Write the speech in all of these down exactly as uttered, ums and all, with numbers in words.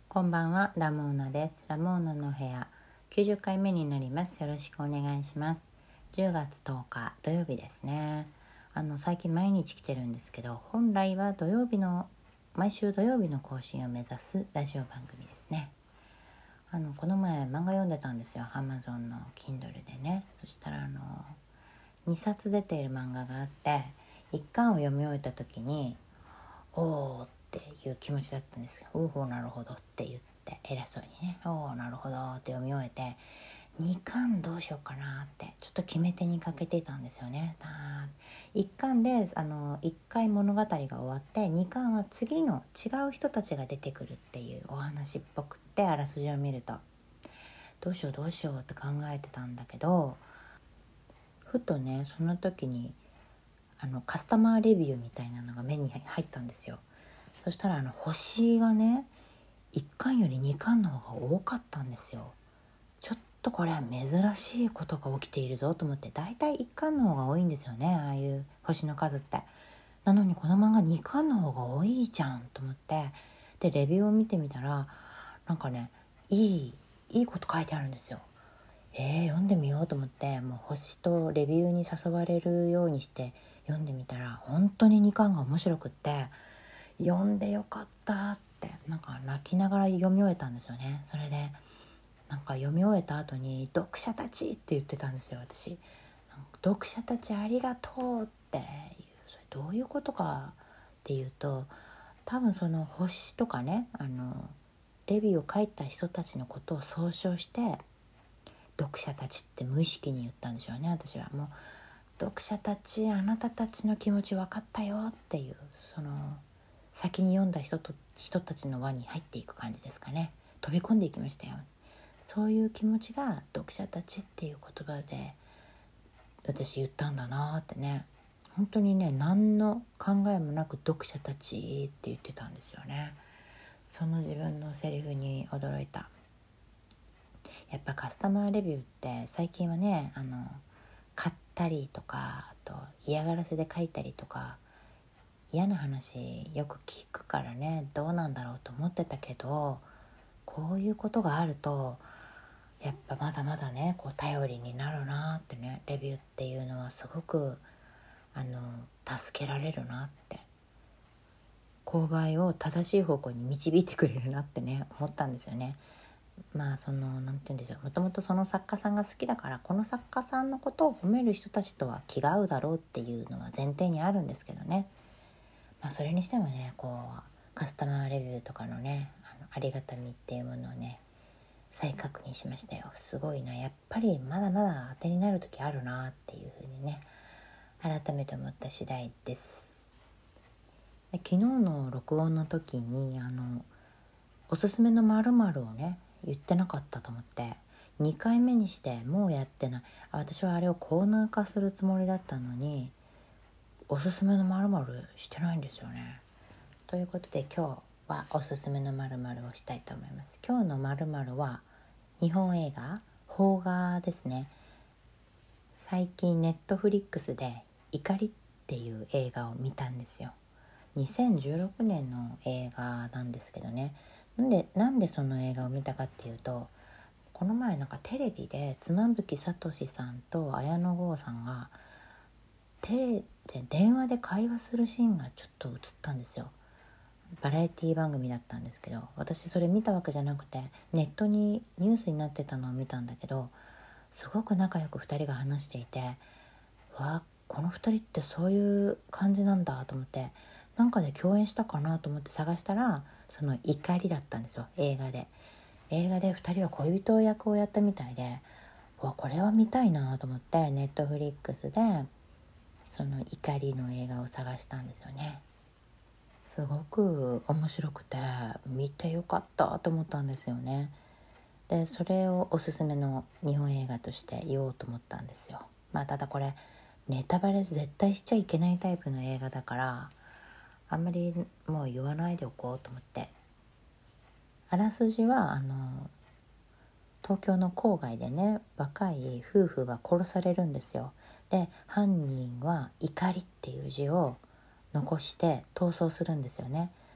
こんばんは、ラモーナです。ラモーナの部屋きゅうじゅっかいめになります。よろしくお願いします。じゅうがつとおか土曜日ですね。あの最近毎日来てるんですけど、本来は土曜日の毎週土曜日の更新を目指すラジオ番組ですね。あのこの前漫画読んでたんですよ、 Amazon の Kindle でね。そしたらあのにさつ出ている漫画があって、いっかんを読み終えた時におーっていう気持ちだったんですけど、おおなるほどって言って偉そうにね、おおなるほどって読み終えて、にかんどうしようかなってちょっと決め手にかけてたんですよね。いっかんであのいっかい物語が終わって、にかんは次の違う人たちが出てくるっていうお話っぽくって、あらすじを見るとどうしようどうしようって考えてたんだけど、ふとねその時にあのカスタマーレビューみたいなのが目に入ったんですよ。そしたらあの星がねいっかんよりにかんの方が多かったんですよ。ちょっとこれは珍しいことが起きているぞと思って、だいたいいっかんの方が多いんですよね、ああいう星の数って。なのにこの漫画にかんの方が多いじゃんと思って、でレビューを見てみたらなんかねいいいいこと書いてあるんですよ。えー、読んでみようと思って、もう星とレビューに誘われるようにして読んでみたら、本当ににかんが面白くって、読んでよかったってなんか泣きながら読み終えたんですよね。それでなんか読み終えた後に読者たちって言ってたんですよ、私。なんか読者たちありがとうっていう、それどういうことかっていうと、多分その星とかね、あのレビューを書いた人たちのことを総称して読者たちって無意識に言ったんでしょうね。私はもう読者たちあなたたちの気持ち分かったよっていう、その先に読んだ人と人たちの輪に入っていく感じですかね。飛び込んでいきましたよ。そういう気持ちが読者たちっていう言葉で私言ったんだなってね。本当にね何の考えもなく読者たちって言ってたんですよね。その自分のセリフに驚いた。やっぱカスタマーレビューって最近はね、あの買ったりとか、あと嫌がらせで書いたりとか嫌な話よく聞くからね、どうなんだろうと思ってたけど、こういうことがあるとやっぱまだまだねこう頼りになるなってね。レビューっていうのはすごくあの助けられるなって、購買を正しい方向に導いてくれるなってね思ったんですよね。まあそのなんて言うんでしょう、もともとその作家さんが好きだから、この作家さんのことを褒める人たちとは気が合うだろうっていうのは前提にあるんですけどね。まあそれにしてもね、こうカスタマーレビューとかのね あのありがたみっていうものをね再確認しましたよ。すごいな、やっぱりまだまだ当てになる時あるなっていうふうにね改めて思った次第です。で昨日の録音の時にあのおすすめの〇〇をね言ってなかったと思って、にかいめにしてもうやってない。あ私はあれをコーナー化するつもりだったのにおすすめの〇〇してないんですよね。ということで今日はおすすめの〇〇をしたいと思います。今日の〇〇は日本映画邦画ですね。最近ネットフリックスで怒りっていう映画を見たんですよ。にせんじゅうろくねんの映画なんですけどね。なんでなんでその映画を見たかっていうと、この前なんかテレビで妻夫木聡さんと綾野剛さんがテレで電話で会話するシーンがちょっと映ったんですよ。バラエティ番組だったんですけど、私それ見たわけじゃなくてネットにニュースになってたのを見たんだけど、すごく仲良くふたりが話していて、わこのふたりってそういう感じなんだと思って、なんかで共演したかなと思って探したらその怒りだったんですよ。映画で映画でふたりは恋人役をやったみたいで、わこれは見たいなと思ってネットフリックスでその怒りの映画を探したんですよね。すごく面白くて見てよかったと思ったんですよね。でそれをおすすめの日本映画として言おうと思ったんですよ。まあただこれネタバレ絶対しちゃいけないタイプの映画だからあんまりもう言わないでおこうと思って。あらすじはあの東京の郊外でね若い夫婦が殺されるんですよ。で犯人は怒りっていう字を残して逃走するんですよね。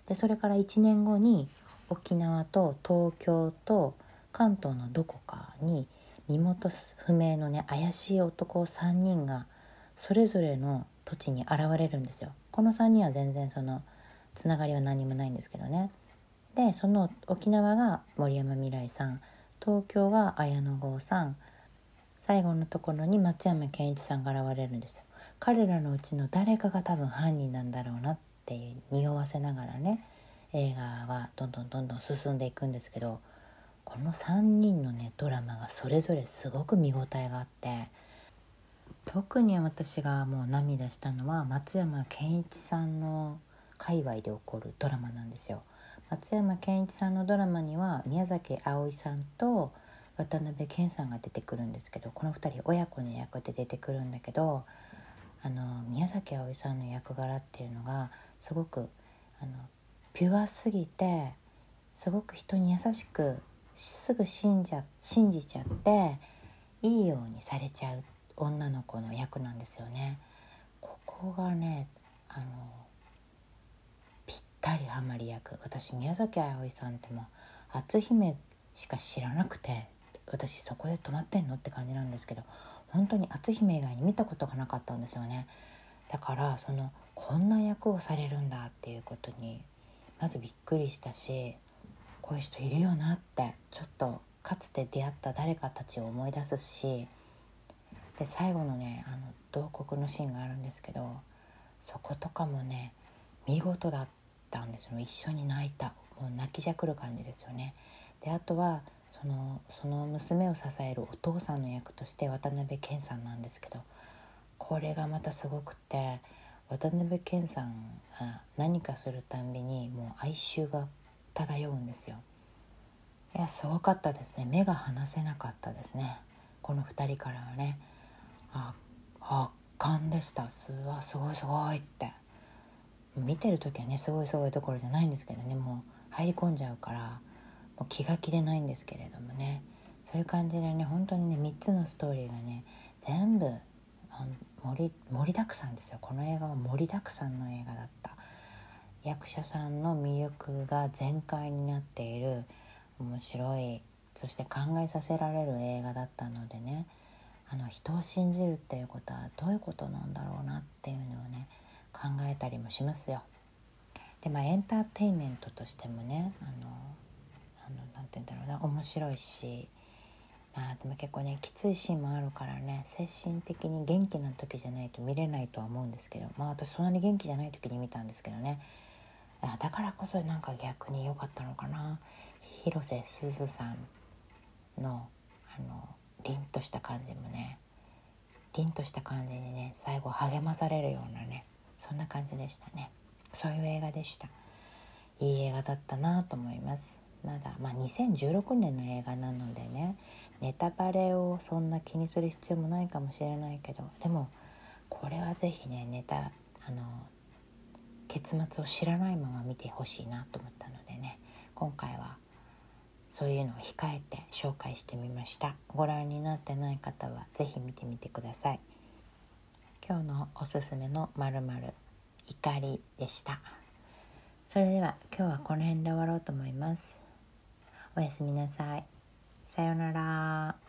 でそれからいちねんごに沖縄と東京と関東のどこかに身元不明のね怪しい男さんにんがそれぞれの土地に現れるんですよ。このさんにんは全然そのつながりは何もないんですけどね。でその沖縄が森山未來さん、東京が綾野剛さん、最後のところに松山ケンイチさんが現れるんですよ。彼らのうちの誰かが多分犯人なんだろうなっていう匂わせながらね、映画はどんどんどんどん進んでいくんですけど、このさんにんのねドラマがそれぞれすごく見応えがあって、特に私がもう涙したのは松山ケンイチさんの界隈で起こるドラマなんですよ。松山ケンイチさんのドラマには宮崎あおいさんと渡辺謙さんが出てくるんですけど、このふたり親子の役で出てくるんだけど、あの宮崎あおいさんの役柄っていうのがすごくあのピュアすぎて、すごく人に優しくすぐ信じゃ信じちゃっていいようにされちゃう女の子の役なんですよね。ここがねあのぴったりハマり役。私宮崎あおいさんってもう篤姫しか知らなくて、私そこで止まってんのって感じなんですけど、本当に篤姫以外に見たことがなかったんですよね。だからそのこんな役をされるんだっていうことにまずびっくりしたし、こういう人いるよなってちょっとかつて出会った誰かたちを思い出すし、で最後のねあの慟哭のシーンがあるんですけど、そことかもね見事だったんですよ。一緒に泣いた、もう泣きじゃくる感じですよね。であとはそのその娘を支えるお父さんの役として渡辺謙さんなんですけど、これがまたすごくて、渡辺謙さんが何かするたんびにもう哀愁が漂うんですよ。いやすごかったですね。目が離せなかったですね、このふたりからはね。あ圧巻でした。すわすごいすごいって、見てる時はねすごいすごいどころじゃないんですけどね、もう入り込んじゃうからもう気が気でないんですけれどもね、そういう感じでね本当にねみっつのストーリーがね全部盛り盛りだくさんですよ。この映画は盛りだくさんの映画だった。役者さんの魅力が全開になっている面白い、そして考えさせられる映画だったのでね、あの人を信じるっていうことはどういうことなんだろうなっていうのをね考えたりもしますよ。でまあエンターテインメントとしてもねあのあのなんて言うんだろうな、面白いし、まあでも結構ねきついシーンもあるからね、精神的に元気な時じゃないと見れないとは思うんですけど、まあ私そんなに元気じゃない時に見たんですけどね、だからこそなんか逆に良かったのかな。広瀬すずさんのあの凛とした感じもね、凛とした感じにね最後励まされるようなね、そんな感じでしたね。そういう映画でした。いい映画だったなと思います。まだ、まあ、にせんじゅうろくねんの映画なのでねネタバレをそんな気にする必要もないかもしれないけど、でもこれはぜひねネタあの結末を知らないまま見てほしいなと思ったのでね、今回はそういうのを控えて紹介してみました。ご覧になってない方はぜひ見てみてください。今日のおすすめの〇〇怒りでした。それでは今日はこの辺で終わろうと思います。おやすみなさい。さようなら。